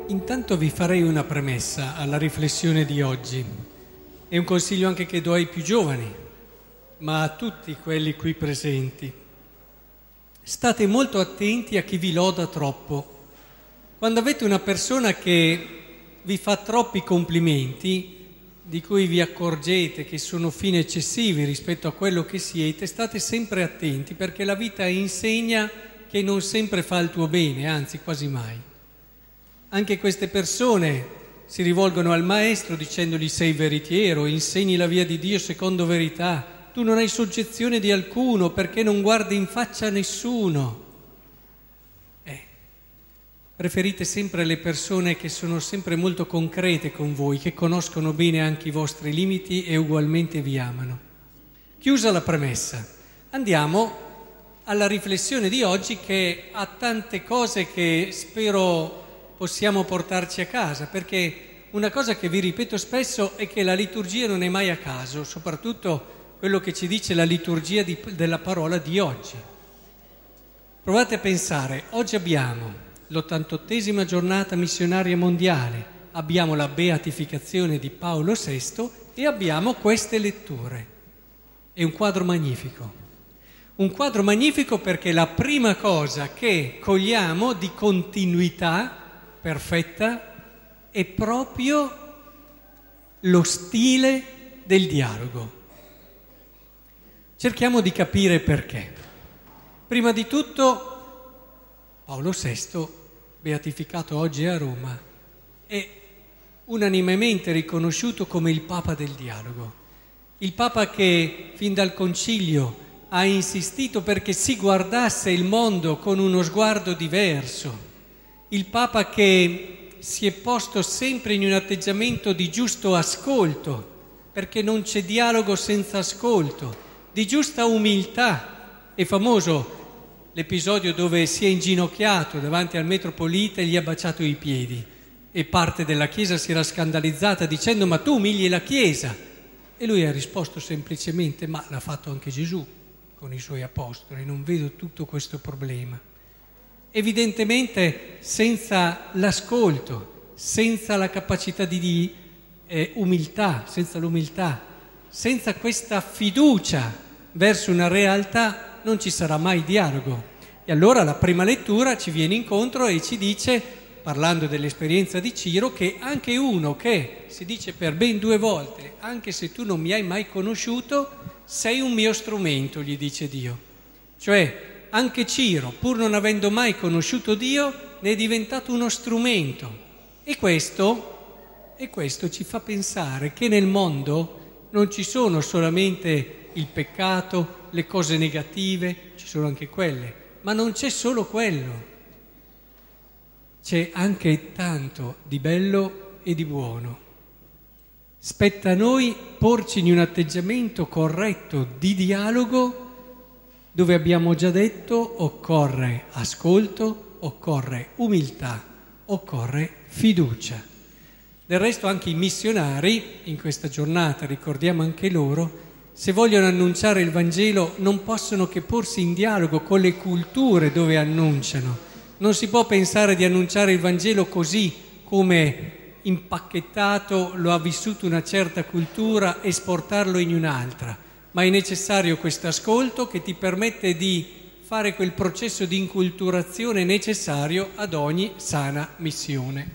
Intanto vi farei una premessa alla riflessione di oggi. È un consiglio anche che do ai più giovani, ma a tutti quelli qui presenti. State molto attenti a chi vi loda troppo. Quando avete una persona che vi fa troppi complimenti, di cui vi accorgete che sono fini eccessivi rispetto a quello che siete, state sempre attenti, perché la vita insegna che non sempre fa il tuo bene, anzi quasi mai. Anche queste persone si rivolgono al maestro dicendogli: sei veritiero, insegni la via di Dio secondo verità, tu non hai soggezione di alcuno perché non guardi in faccia a nessuno. Preferite sempre le persone che sono sempre molto concrete con voi, che conoscono bene anche i vostri limiti e ugualmente vi amano. Chiusa la premessa, andiamo alla riflessione di oggi, che ha tante cose che spero possiamo portarci a casa, perché una cosa che vi ripeto spesso è che la liturgia non è mai a caso, soprattutto quello che ci dice la liturgia della parola di oggi. Provate a pensare, oggi abbiamo l'88esima giornata missionaria mondiale, abbiamo la beatificazione di Paolo VI e abbiamo queste letture. È un quadro magnifico. Un quadro magnifico perché la prima cosa che cogliamo di continuità perfetta è proprio lo stile del dialogo. Cerchiamo di capire perché. Prima di tutto, Paolo VI, beatificato oggi a Roma, è unanimemente riconosciuto come il Papa del dialogo. Il Papa che fin dal Concilio ha insistito perché si guardasse il mondo con uno sguardo diverso. Il Papa che si è posto sempre in un atteggiamento di giusto ascolto, perché non c'è dialogo senza ascolto, di giusta umiltà. È famoso l'episodio dove si è inginocchiato davanti al metropolita e gli ha baciato i piedi, e parte della Chiesa si era scandalizzata dicendo: ma tu umili la Chiesa? E lui ha risposto semplicemente: ma l'ha fatto anche Gesù con i suoi apostoli, non vedo tutto questo problema. Evidentemente senza l'ascolto, senza la capacità di umiltà, senza l'umiltà, senza questa fiducia verso una realtà non ci sarà mai dialogo. E allora la prima lettura ci viene incontro e ci dice, parlando dell'esperienza di Ciro, che anche uno che si dice per ben 2 volte: anche se tu non mi hai mai conosciuto, sei un mio strumento, gli dice Dio. Cioè anche Ciro, pur non avendo mai conosciuto Dio, ne è diventato uno strumento. E questo ci fa pensare che nel mondo non ci sono solamente il peccato, le cose negative, ci sono anche quelle, ma non c'è solo quello. C'è anche tanto di bello e di buono. Spetta a noi porci in un atteggiamento corretto di dialogo, dove abbiamo già detto occorre ascolto, occorre umiltà, occorre fiducia. Del resto anche i missionari, in questa giornata ricordiamo anche loro, se vogliono annunciare il Vangelo non possono che porsi in dialogo con le culture dove annunciano. Non si può pensare di annunciare il Vangelo così come impacchettato lo ha vissuto una certa cultura e esportarlo in un'altra. Ma è necessario questo ascolto che ti permette di fare quel processo di inculturazione necessario ad ogni sana missione.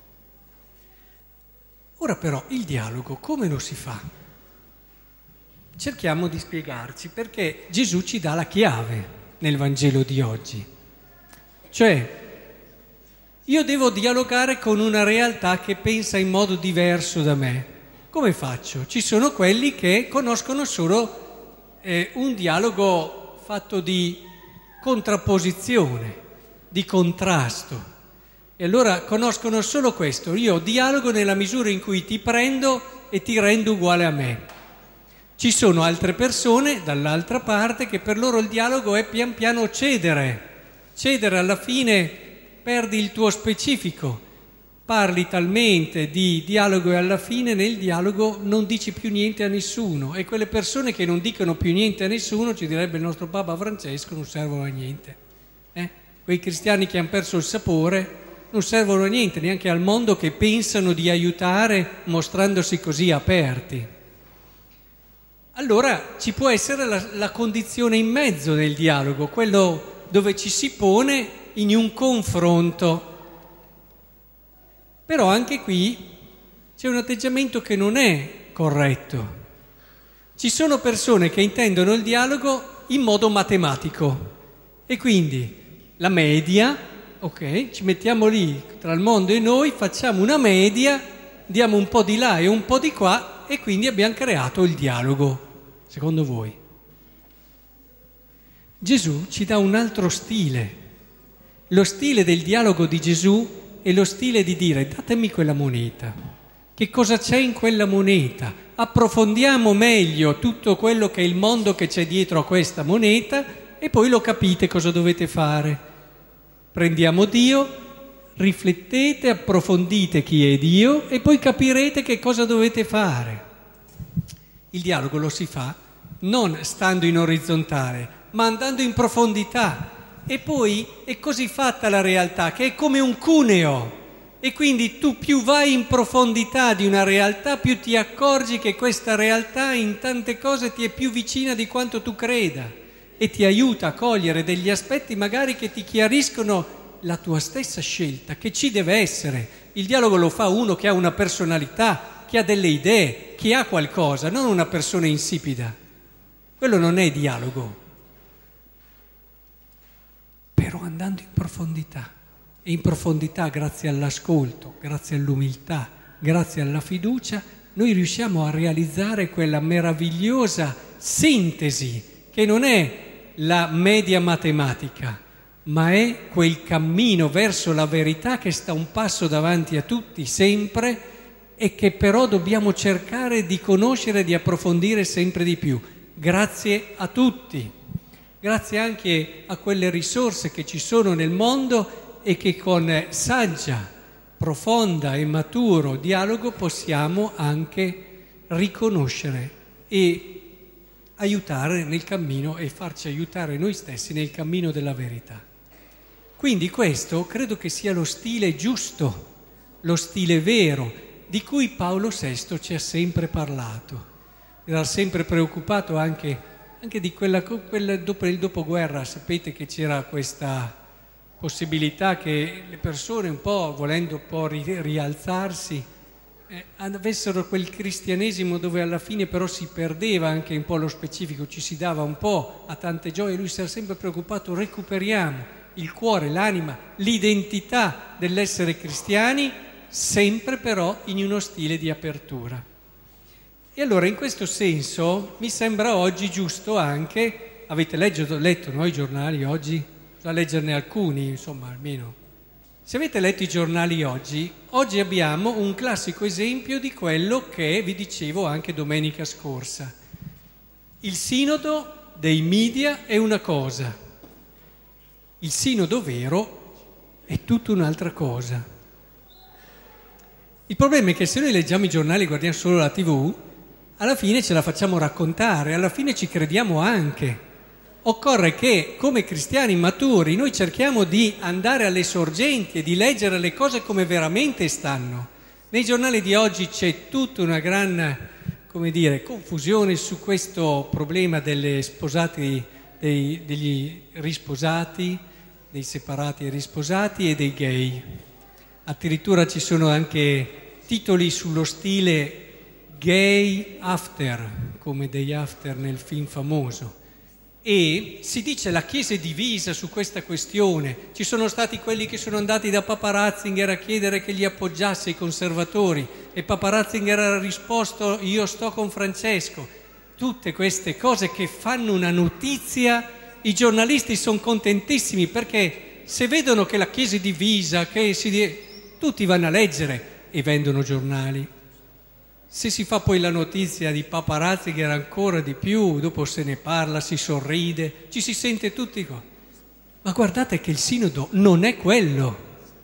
Ora però il dialogo come lo si fa? Cerchiamo di spiegarci, perché Gesù ci dà la chiave nel Vangelo di oggi. Cioè, io devo dialogare con una realtà che pensa in modo diverso da me. Come faccio? Ci sono quelli che conoscono solo un dialogo fatto di contrapposizione, di contrasto. E allora conoscono solo questo: io dialogo nella misura in cui ti prendo e ti rendo uguale a me. Ci sono altre persone dall'altra parte che per loro il dialogo è pian piano cedere. Cedere, alla fine perdi il tuo specifico. Parli talmente di dialogo e alla fine nel dialogo non dici più niente a nessuno, e quelle persone che non dicono più niente a nessuno, ci direbbe il nostro Papa Francesco, non servono a niente. Quei cristiani che hanno perso il sapore non servono a niente, neanche al mondo che pensano di aiutare mostrandosi così aperti. Allora ci può essere la condizione in mezzo del dialogo, quello dove ci si pone in un confronto. Però anche qui c'è un atteggiamento che non è corretto. Ci sono persone che intendono il dialogo in modo matematico e quindi la media, ok, ci mettiamo lì tra il mondo e noi, facciamo una media, diamo un po' di là e un po' di qua e quindi abbiamo creato il dialogo, secondo voi. Gesù ci dà un altro stile. Lo stile del dialogo di Gesù è lo stile di dire: datemi quella moneta, che cosa c'è in quella moneta? Approfondiamo meglio tutto quello che è il mondo che c'è dietro a questa moneta e poi lo capite cosa dovete fare. Prendiamo Dio, riflettete, approfondite chi è Dio e poi capirete che cosa dovete fare. Il dialogo lo si fa non stando in orizzontale, ma andando in profondità. E poi è così fatta la realtà che è come un cuneo. E quindi tu più vai in profondità di una realtà, più ti accorgi che questa realtà in tante cose ti è più vicina di quanto tu creda e ti aiuta a cogliere degli aspetti magari che ti chiariscono la tua stessa scelta, che ci deve essere. Il dialogo lo fa uno che ha una personalità, che ha delle idee, che ha qualcosa, non una persona insipida. Quello non è dialogo. Però andando in profondità. E in profondità, grazie all'ascolto, grazie all'umiltà, grazie alla fiducia, noi riusciamo a realizzare quella meravigliosa sintesi che non è la media matematica, ma è quel cammino verso la verità che sta un passo davanti a tutti sempre e che però dobbiamo cercare di conoscere e di approfondire sempre di più. Grazie a tutti, grazie anche a quelle risorse che ci sono nel mondo e che con saggia, profonda e maturo dialogo possiamo anche riconoscere e aiutare nel cammino e farci aiutare noi stessi nel cammino della verità. Quindi questo credo che sia lo stile giusto, lo stile vero, di cui Paolo VI ci ha sempre parlato. Era sempre preoccupato anche di quella dopo il dopoguerra, sapete che c'era questa possibilità che le persone un po', volendo un po' rialzarsi, avessero quel cristianesimo dove alla fine però si perdeva anche un po' lo specifico, ci si dava un po' a tante gioie. Lui si era sempre preoccupato: recuperiamo il cuore, l'anima, l'identità dell'essere cristiani, sempre però in uno stile di apertura. E allora in questo senso mi sembra oggi giusto anche, avete letto no, i giornali oggi? A leggerne alcuni, insomma, almeno. Se avete letto i giornali oggi abbiamo un classico esempio di quello che vi dicevo anche domenica scorsa. Il sinodo dei media è una cosa, il sinodo vero è tutta un'altra cosa. Il problema è che se noi leggiamo i giornali e guardiamo solo la TV, alla fine ce la facciamo raccontare, alla fine ci crediamo anche. Occorre che, come cristiani maturi, noi cerchiamo di andare alle sorgenti e di leggere le cose come veramente stanno. Nei giornali di oggi c'è tutta una gran, confusione su questo problema delle sposati, degli risposati, dei separati e risposati e dei gay. Addirittura ci sono anche titoli sullo stile gay after, come Day After nel film famoso. E si dice la Chiesa è divisa su questa questione. Ci sono stati quelli che sono andati da Papa Ratzinger a chiedere che li appoggiasse i conservatori e Papa Ratzinger ha risposto: io sto con Francesco. Tutte queste cose che fanno una notizia, i giornalisti sono contentissimi perché se vedono che la Chiesa è divisa, tutti vanno a leggere e vendono giornali. Se si fa poi la notizia di Papa Ratzinger ancora di più, dopo se ne parla, si sorride, ci si sente tutti qua. Ma guardate che il sinodo non è quello.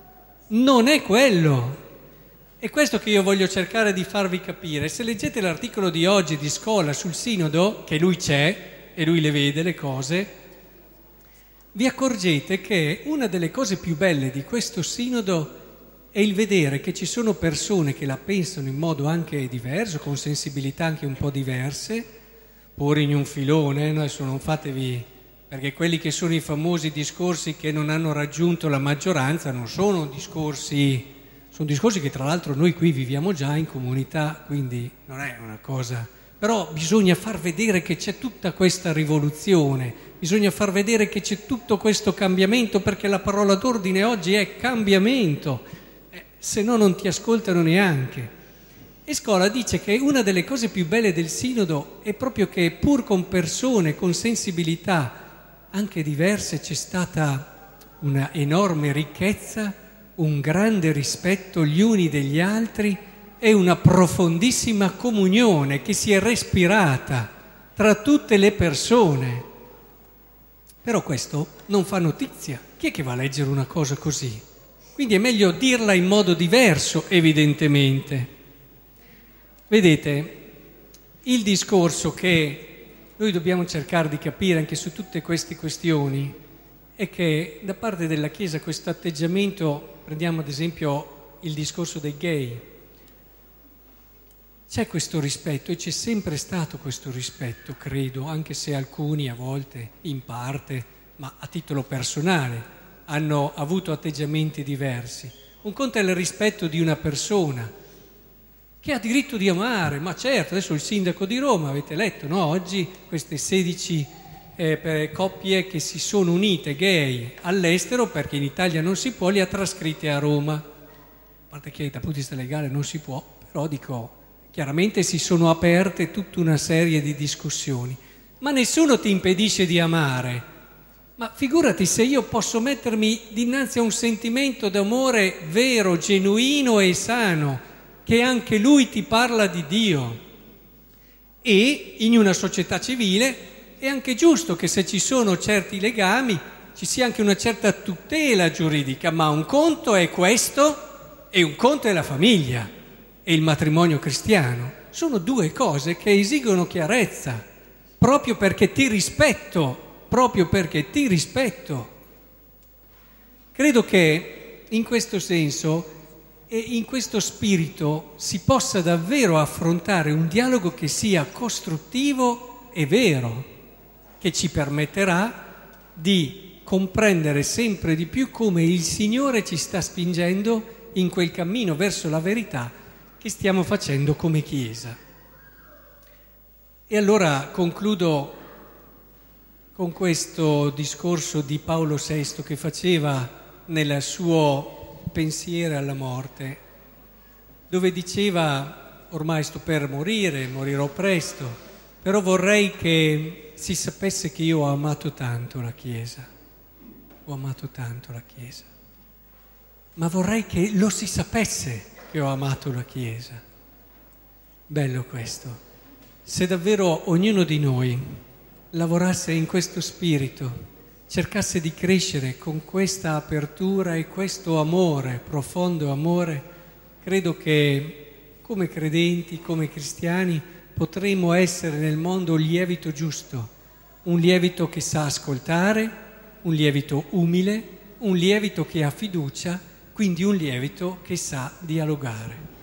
È questo che io voglio cercare di farvi capire. Se leggete l'articolo di oggi di Scola sul sinodo, che lui c'è e lui le vede le cose, vi accorgete che una delle cose più belle di questo sinodo è il vedere che ci sono persone che la pensano in modo anche diverso, con sensibilità anche un po' diverse, pure in un filone, adesso non fatevi, perché quelli che sono i famosi discorsi che non hanno raggiunto la maggioranza non sono discorsi, sono discorsi che tra l'altro noi qui viviamo già in comunità, quindi non è una cosa, però bisogna far vedere che c'è tutta questa rivoluzione, bisogna far vedere che c'è tutto questo cambiamento, perché la parola d'ordine oggi è cambiamento, se no non ti ascoltano neanche. E Scola dice che una delle cose più belle del sinodo è proprio che pur con persone, con sensibilità anche diverse, c'è stata una enorme ricchezza, un grande rispetto gli uni degli altri e una profondissima comunione che si è respirata tra tutte le persone. Però questo non fa notizia. Chi è che va a leggere una cosa così? Quindi è meglio dirla in modo diverso, evidentemente. Vedete, il discorso che noi dobbiamo cercare di capire anche su tutte queste questioni è che da parte della Chiesa questo atteggiamento, prendiamo ad esempio il discorso dei gay, c'è questo rispetto e c'è sempre stato questo rispetto, credo, anche se alcuni a volte, in parte, ma a titolo personale, hanno avuto atteggiamenti diversi. Un conto è il rispetto di una persona che ha diritto di amare, ma certo, adesso il sindaco di Roma, avete letto, no? Oggi queste 16 coppie che si sono unite gay all'estero, perché in Italia non si può, li ha trascritte a Roma. A parte che dal punto di vista legale non si può, però dico, chiaramente si sono aperte tutta una serie di discussioni. Ma nessuno ti impedisce di amare. Ma figurati se io posso mettermi dinanzi a un sentimento d'amore vero, genuino e sano, che anche lui ti parla di Dio. E in una società civile è anche giusto che se ci sono certi legami ci sia anche una certa tutela giuridica, ma un conto è questo e un conto è la famiglia e il matrimonio cristiano. Sono due cose che esigono chiarezza, proprio perché ti rispetto. Credo che in questo senso e in questo spirito si possa davvero affrontare un dialogo che sia costruttivo e vero, che ci permetterà di comprendere sempre di più come il Signore ci sta spingendo in quel cammino verso la verità che stiamo facendo come Chiesa. E allora concludo con questo discorso di Paolo VI che faceva nel suo pensiero alla morte, dove diceva: ormai sto per morire, morirò presto, però vorrei che si sapesse che io ho amato tanto la Chiesa, ma vorrei che lo si sapesse che ho amato la Chiesa. Bello questo. Se davvero ognuno di noi lavorasse in questo spirito, cercasse di crescere con questa apertura e questo amore, profondo amore, credo che come credenti, come cristiani, potremo essere nel mondo un lievito giusto, un lievito che sa ascoltare, un lievito umile, un lievito che ha fiducia, quindi un lievito che sa dialogare.